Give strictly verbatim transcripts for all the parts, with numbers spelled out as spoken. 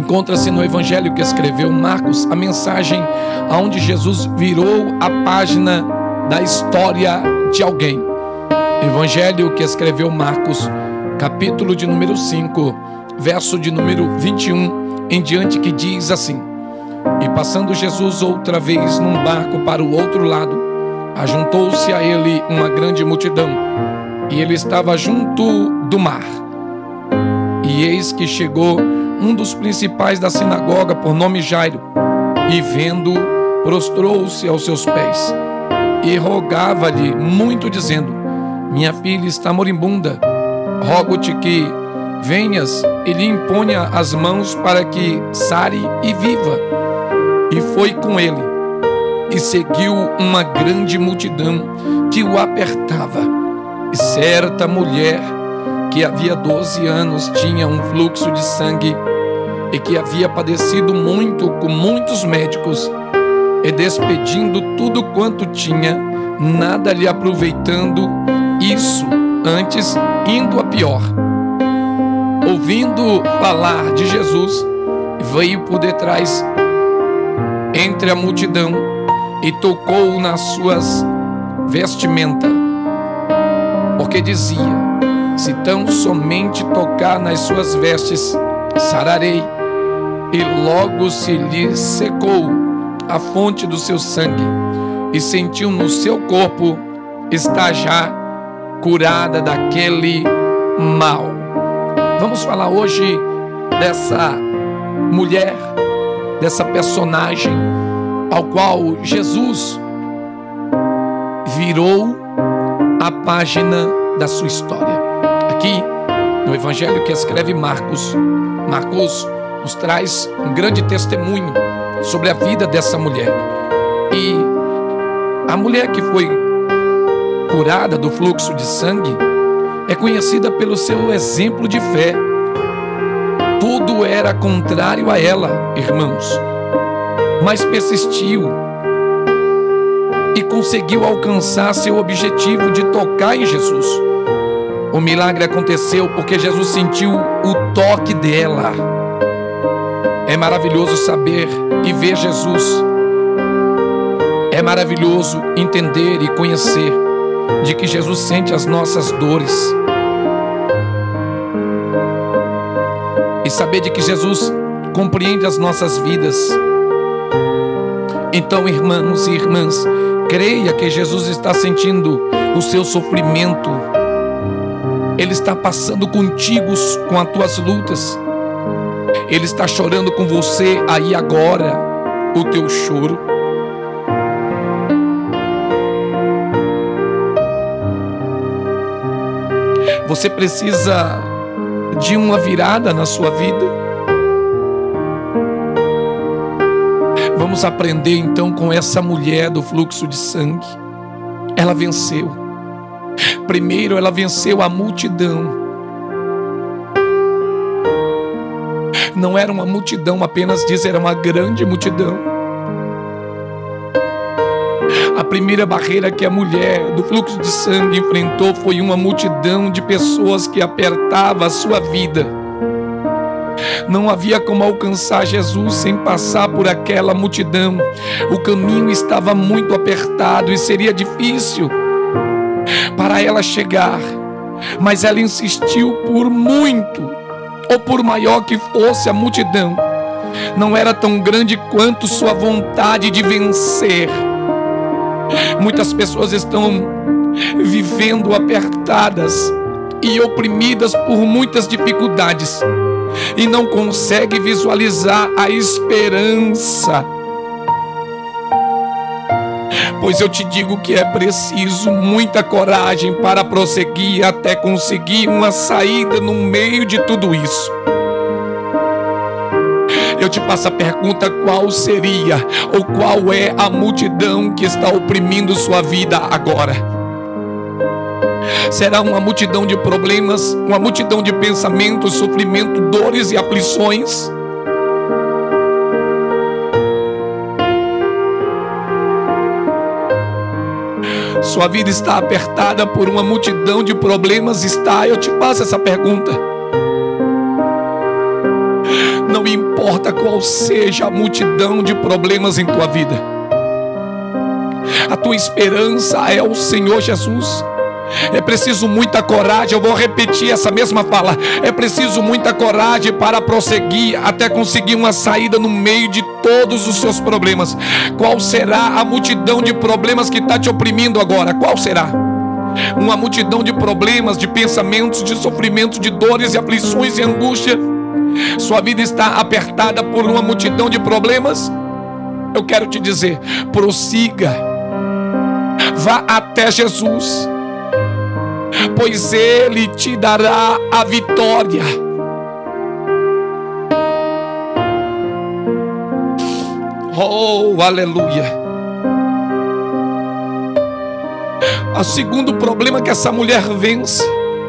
Encontra-se no evangelho que escreveu Marcos, a mensagem onde Jesus virou a página da história de alguém. Evangelho que escreveu Marcos, capítulo de número cinco, verso de número vinte e um em diante, que diz assim: E passando Jesus outra vez num barco para o outro lado, ajuntou-se a ele uma grande multidão, e ele estava junto do mar. E eis que chegou um dos principais da sinagoga, por nome Jairo, e vendo, prostrou-se aos seus pés, e rogava-lhe muito, dizendo: Minha filha está moribunda, rogo-te que venhas e lhe imponha as mãos para que sare e viva. E foi com ele, e seguiu uma grande multidão que o apertava. E certa mulher, que havia doze anos tinha um fluxo de sangue, e que havia padecido muito com muitos médicos, e despedindo tudo quanto tinha, nada lhe aproveitando, isso antes indo a pior, ouvindo falar de Jesus, veio por detrás entre a multidão e tocou nas suas vestimentas, porque dizia: Se tão somente tocar nas suas vestes, sararei. E logo se lhe secou a fonte do seu sangue, e sentiu no seu corpo estar já curada daquele mal. Vamos falar hoje dessa mulher, dessa personagem ao qual Jesus virou a página da sua história. Aqui no evangelho que escreve Marcos, Marcos nos traz um grande testemunho sobre a vida dessa mulher. E a mulher que foi curada do fluxo de sangue é conhecida pelo seu exemplo de fé. Tudo era contrário a ela, irmãos, mas persistiu e conseguiu alcançar seu objetivo de tocar em Jesus. O milagre aconteceu porque Jesus sentiu o toque dela. É maravilhoso saber e ver Jesus. É maravilhoso entender e conhecer de que Jesus sente as nossas dores. E saber de que Jesus compreende as nossas vidas. Então, irmãos e irmãs, creia que Jesus está sentindo o seu sofrimento. Ele está passando contigo com as tuas lutas. Ele está chorando com você aí agora o teu choro. Você precisa de uma virada na sua vida. Vamos aprender então com essa mulher do fluxo de sangue. Ela venceu. Primeiro, ela venceu a multidão. Não era uma multidão apenas, diz, era uma grande multidão. A primeira barreira que a mulher do fluxo de sangue enfrentou foi uma multidão de pessoas que apertava a sua vida. Não havia como alcançar Jesus sem passar por aquela multidão. O caminho estava muito apertado e seria difícil para ela chegar, mas ela insistiu por muito, ou por maior que fosse a multidão, não era tão grande quanto sua vontade de vencer. Muitas pessoas estão vivendo apertadas e oprimidas por muitas dificuldades e não conseguem visualizar a esperança. Pois eu te digo que é preciso muita coragem para prosseguir até conseguir uma saída no meio de tudo isso. Eu te faço a pergunta: qual seria ou qual é a multidão que está oprimindo sua vida agora? Será uma multidão de problemas, uma multidão de pensamentos, sofrimento, dores e aflições? Sua vida está apertada por uma multidão de problemas? Está? Eu te faço essa pergunta. Não importa qual seja a multidão de problemas em tua vida, a tua esperança é o Senhor Jesus. É preciso muita coragem, eu vou repetir essa mesma fala. É preciso muita coragem para prosseguir até conseguir uma saída no meio de todos os seus problemas. Qual será a multidão de problemas que está te oprimindo agora? Qual será? Uma multidão de problemas, de pensamentos, de sofrimentos, de dores e aflições e angústia. Sua vida está apertada por uma multidão de problemas. Eu quero te dizer, prossiga, vá até Jesus, pois Ele te dará a vitória. Oh, aleluia. O segundo problema que essa mulher vence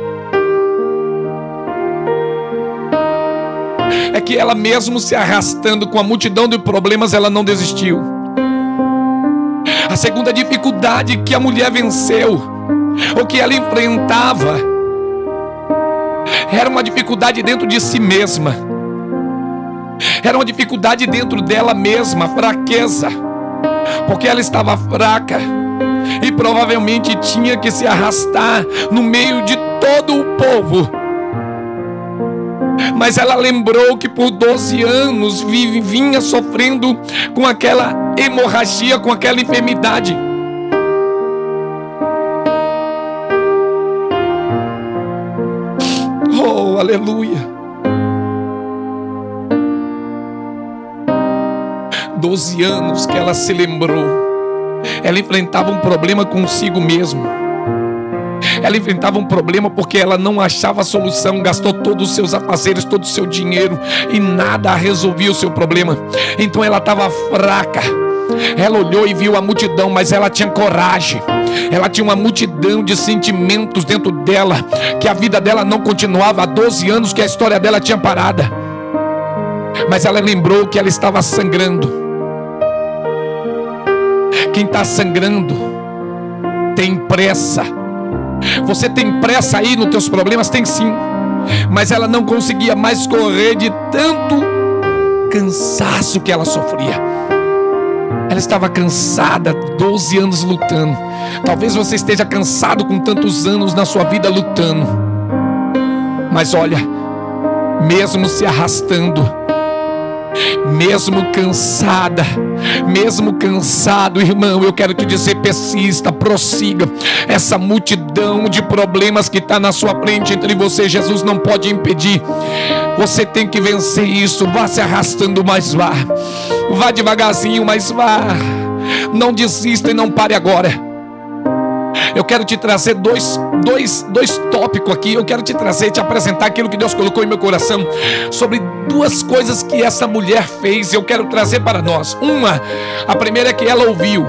é que ela, mesmo se arrastando com a multidão de problemas, ela não desistiu. A segunda dificuldade que a mulher venceu, o que ela enfrentava, era uma dificuldade dentro de si mesma. Era uma dificuldade dentro dela mesma, fraqueza, porque ela estava fraca e provavelmente tinha que se arrastar no meio de todo o povo. Mas ela lembrou que por doze anos vinha sofrendo com aquela hemorragia, com aquela enfermidade. Oh, aleluia. Doze anos que ela se lembrou. Ela enfrentava um problema consigo mesma. Ela enfrentava um problema porque ela não achava a solução. Gastou todos os seus afazeres, todo o seu dinheiro, e nada resolvia o seu problema. Então ela estava fraca. Ela olhou e viu a multidão, mas ela tinha coragem. Ela tinha uma multidão de sentimentos dentro dela, que a vida dela não continuava. Há doze anos que a história dela tinha parado. Mas ela lembrou que ela estava sangrando. Quem está sangrando tem pressa. Você tem pressa aí nos teus problemas? Tem sim. Mas ela não conseguia mais correr de tanto cansaço que ela sofria. Ela estava cansada, doze anos lutando. Talvez você esteja cansado com tantos anos na sua vida lutando. Mas olha, mesmo se arrastando, mesmo cansada, mesmo cansado, irmão, eu quero te dizer, persista, prossiga. Essa multidão de problemas que está na sua frente, entre você e Jesus, não pode impedir. Você tem que vencer isso. Vá se arrastando, mas vá. Vá devagarzinho, mas vá. Não desista e não pare agora. Eu quero te trazer dois, dois, dois tópicos aqui. Eu quero te trazer, te apresentar aquilo que Deus colocou em meu coração, sobre duas coisas que essa mulher fez. Eu quero trazer para nós. Uma, a primeira é que ela ouviu.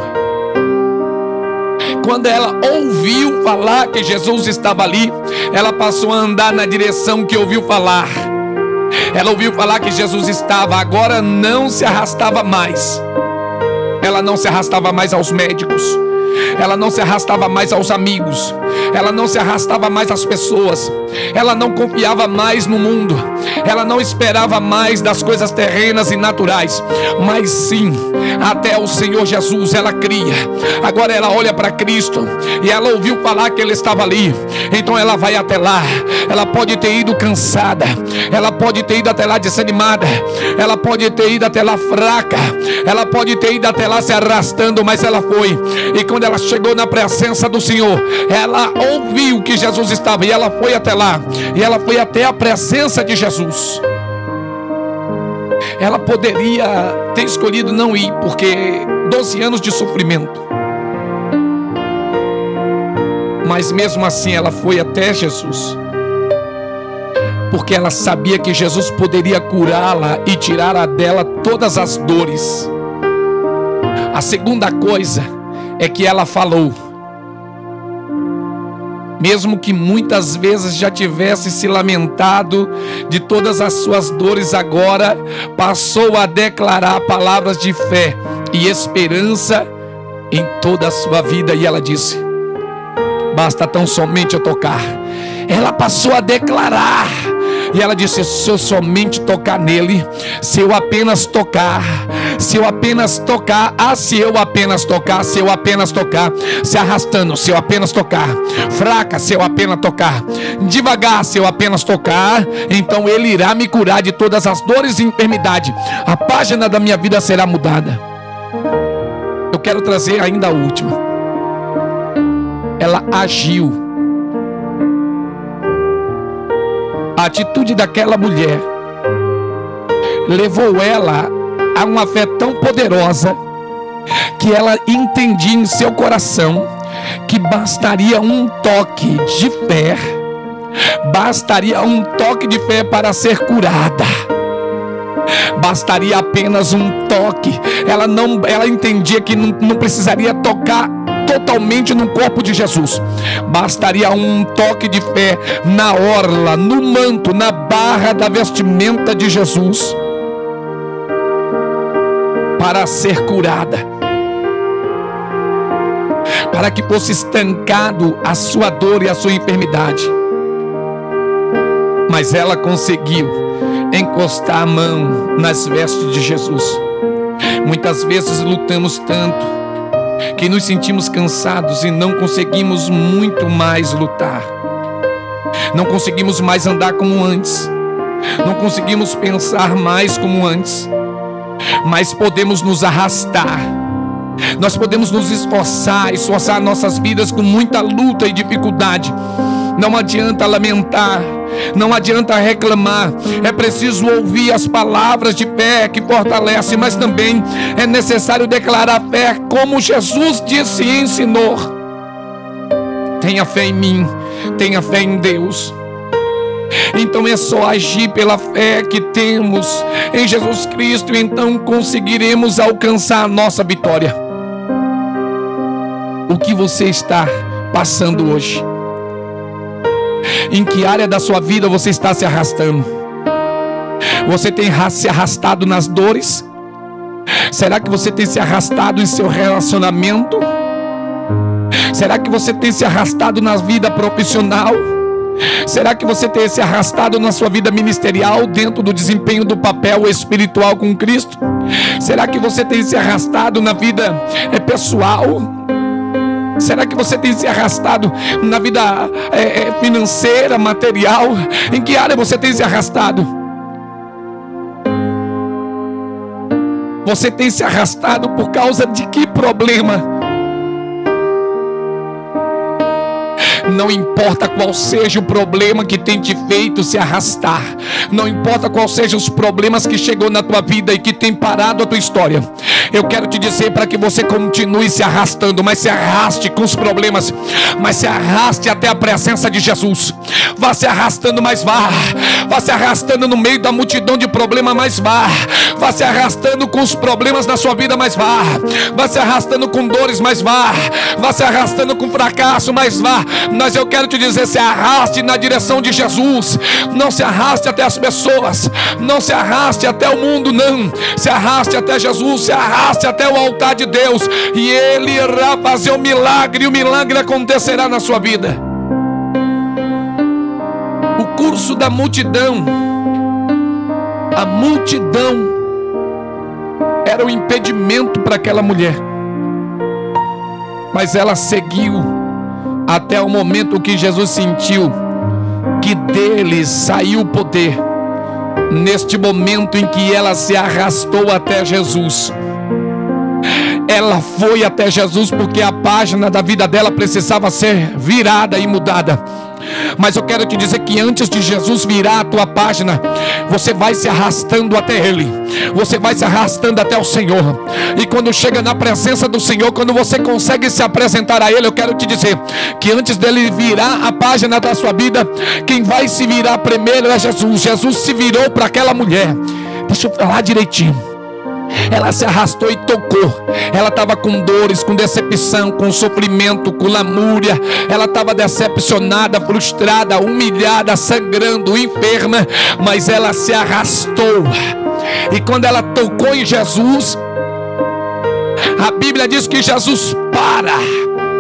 Quando ela ouviu falar que Jesus estava ali, ela passou a andar na direção que ouviu falar. Ela ouviu falar que Jesus estava, agora não se arrastava mais. Ela não se arrastava mais aos médicos. Ela não se arrastava mais aos amigos. Ela não se arrastava mais às pessoas. Ela não confiava mais no mundo. Ela não esperava mais das coisas terrenas e naturais, mas sim até o Senhor Jesus. Ela cria. Agora ela olha para Cristo e ela ouviu falar que Ele estava ali. Então ela vai até lá. Ela pode ter ido cansada, ela pode ter ido até lá desanimada, ela pode ter ido até lá fraca, ela pode ter ido até lá se arrastando, mas ela foi. E quando ela chegou na presença do Senhor, ela ouviu que Jesus estava e ela foi até lá. E ela foi até a presença de Jesus. Ela poderia ter escolhido não ir, porque doze anos de sofrimento. Mas mesmo assim ela foi até Jesus, porque ela sabia que Jesus poderia curá-la e tirar dela todas as dores. A segunda coisa é que ela falou. Mesmo que muitas vezes já tivesse se lamentado de todas as suas dores, agora passou a declarar palavras de fé e esperança em toda a sua vida. E ela disse: basta tão somente eu tocar. Ela passou a declarar E ela disse: se eu somente tocar nele, se eu apenas tocar, se eu apenas tocar, ah, se eu apenas tocar, se eu apenas tocar, se arrastando, se eu apenas tocar, fraca, se eu apenas tocar, devagar, se eu apenas tocar, então ele irá me curar de todas as dores e enfermidade. A página da minha vida será mudada. Eu quero trazer ainda a última. Ela agiu. A atitude daquela mulher levou ela a uma fé tão poderosa que ela entendia em seu coração que bastaria um toque de fé, bastaria um toque de fé para ser curada. Bastaria apenas um toque. Ela não, ela entendia que não, não precisaria tocar totalmente no corpo de Jesus. Bastaria um toque de fé na orla, no manto, na barra da vestimenta de Jesus para ser curada, para que fosse estancado a sua dor e a sua enfermidade. Mas ela conseguiu encostar a mão nas vestes de Jesus. Muitas vezes lutamos tanto que nos sentimos cansados e não conseguimos muito mais lutar. Não conseguimos mais andar como antes. Não conseguimos pensar mais como antes. Mas podemos nos arrastar. Nós podemos nos esforçar, esforçar nossas vidas com muita luta e dificuldade. Não adianta lamentar, não adianta reclamar. É preciso ouvir as palavras de fé que fortalecem, mas também é necessário declarar fé como Jesus disse e ensinou. Tenha fé em mim, tenha fé em Deus. Então é só agir pela fé que temos em Jesus Cristo, e então conseguiremos alcançar a nossa vitória. O que você está passando hoje? Em que área da sua vida você está se arrastando? Você tem se arrastado nas dores? Será que você tem se arrastado em seu relacionamento? Será que você tem se arrastado na vida profissional? Será que você tem se arrastado na sua vida ministerial, dentro do desempenho do papel espiritual com Cristo? Será que você tem se arrastado na vida pessoal? Será que você tem se arrastado na vida é, financeira, material? Em que área você tem se arrastado? Você tem se arrastado por causa de que problema? Não importa qual seja o problema que tem te feito se arrastar, não importa qual sejam os problemas que chegou na tua vida e que tem parado a tua história, eu quero te dizer para que você continue se arrastando, mas se arraste com os problemas, mas se arraste até a presença de Jesus. Vá se arrastando, mas vá, vá se arrastando no meio da multidão de problemas, mas vá, vá se arrastando com os problemas na sua vida, mas vá, vá se arrastando com dores, mas vá, vá se arrastando com fracasso, mas vá. Mas eu quero te dizer, se arraste na direção de Jesus. Não se arraste até as pessoas, não se arraste até o mundo, não. Se arraste até Jesus, se arraste até o altar de Deus, e Ele irá fazer um milagre, e o milagre acontecerá na sua vida. O curso da multidão, a multidão era um impedimento para aquela mulher, mas ela seguiu até o momento que Jesus sentiu que dele saiu o poder. Neste momento em que ela se arrastou até Jesus, ela foi até Jesus porque a página da vida dela precisava ser virada e mudada. Mas eu quero te dizer que antes de Jesus virar a tua página, você vai se arrastando até Ele, você vai se arrastando até o Senhor. E quando chega na presença do Senhor, quando você consegue se apresentar a Ele, eu quero te dizer que antes dele virar a página da sua vida, quem vai se virar primeiro é Jesus. Jesus se virou para aquela mulher. Deixa eu falar direitinho. Ela se arrastou e tocou. Ela estava com dores, com decepção, com sofrimento, com lamúria. Ela estava decepcionada, frustrada, humilhada, sangrando, enferma. Mas ela se arrastou. E quando ela tocou em Jesus, a Bíblia diz que Jesus para.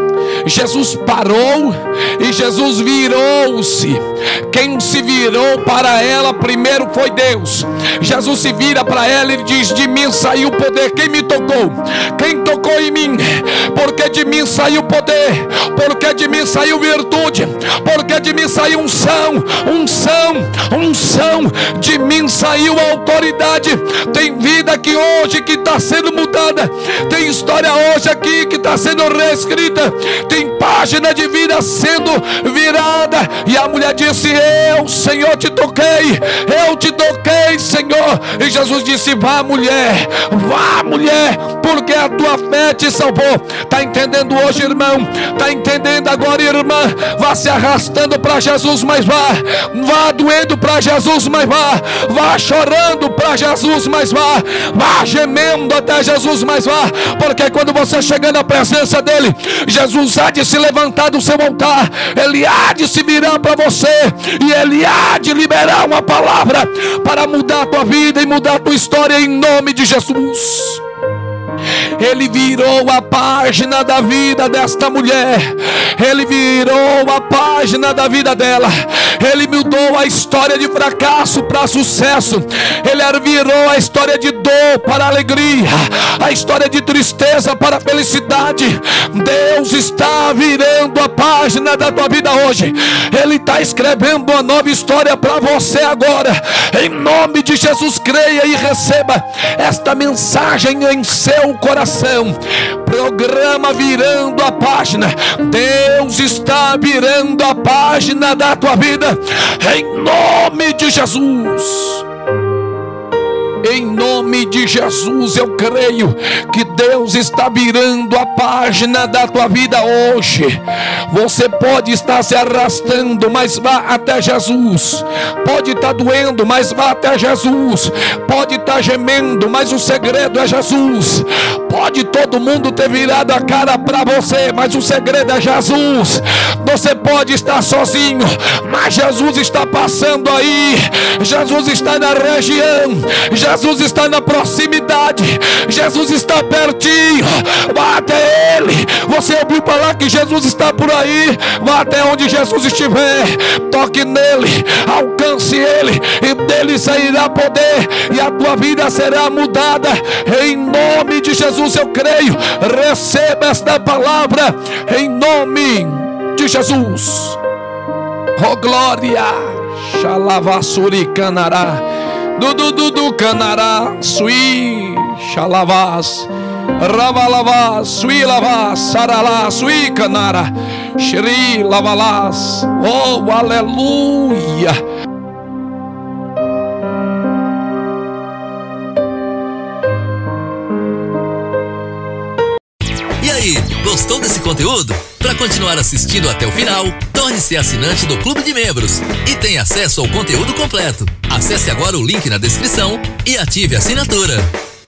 Jesus parou e Jesus virou-se. Quem se virou para ela primeiro foi Deus. Jesus se vira para ela e diz: de mim saiu o poder. Quem me tocou? Quem tocou em mim? Porque de mim saiu poder, porque de mim saiu virtude, porque de mim saiu unção, unção, unção, de mim saiu autoridade. Tem vida aqui hoje que está sendo mudada, tem história hoje aqui que está sendo reescrita, tem página de vida sendo virada. E a mulher disse: eu, Senhor, te toquei, eu te toquei, Senhor. E Jesus disse: vá, mulher, vá, mulher, porque a tua fé te salvou. Está entendendo hoje, irmão? Está entendendo agora, irmã? Vá se arrastando para Jesus, mas vá. Vá doendo para Jesus, mas vá. Vá chorando para Jesus, mas vá. Vá gemendo até Jesus, mas vá. Porque quando você chegar na presença dele, Jesus há de se levantar do seu altar, ele há de se virar para você, e ele há de liberar uma palavra para mudar a tua vida e mudar a tua história, em nome de Jesus. Ele virou a página da vida desta mulher. Ele virou a página da vida dela. Ele mudou a história de fracasso para sucesso. Ele virou a história de dor para alegria, a história de tristeza para felicidade. Deus está virando a página da tua vida hoje. Ele está escrevendo uma nova história para você agora. Em nome de Jesus, creia e receba esta mensagem em seu coração. Programa Virando a Página. Deus está virando a página da tua vida, em nome de Jesus. Em nome de Jesus, eu creio que Deus está virando a página da tua vida hoje. Você pode estar se arrastando, mas vá até Jesus. Pode estar doendo, mas vá até Jesus. Pode estar gemendo, mas o segredo é Jesus. Pode todo mundo ter virado a cara para você, mas o segredo é Jesus. Você pode estar sozinho, mas Jesus está passando aí. Jesus está na região. Jesus está na proximidade. Jesus está pertinho. Vá até Ele. Você ouviu falar que Jesus está por aí? Vá até onde Jesus estiver. Toque nele, alcance Ele, e dele sairá poder, e a tua vida será mudada. Em nome de Jesus eu creio. Receba esta palavra em nome de Jesus. Oh glória. Xalavassuri canará. Dudu dudu canará. Sui xalavas. Ravalavas. Sui lavas. Saralá. Sui canara. Shri lavalas. Oh aleluia. E aí, gostou desse conteúdo? Para continuar assistindo até o final, torne-se assinante do Clube de Membros e tenha acesso ao conteúdo completo. Acesse agora o link na descrição e ative a assinatura.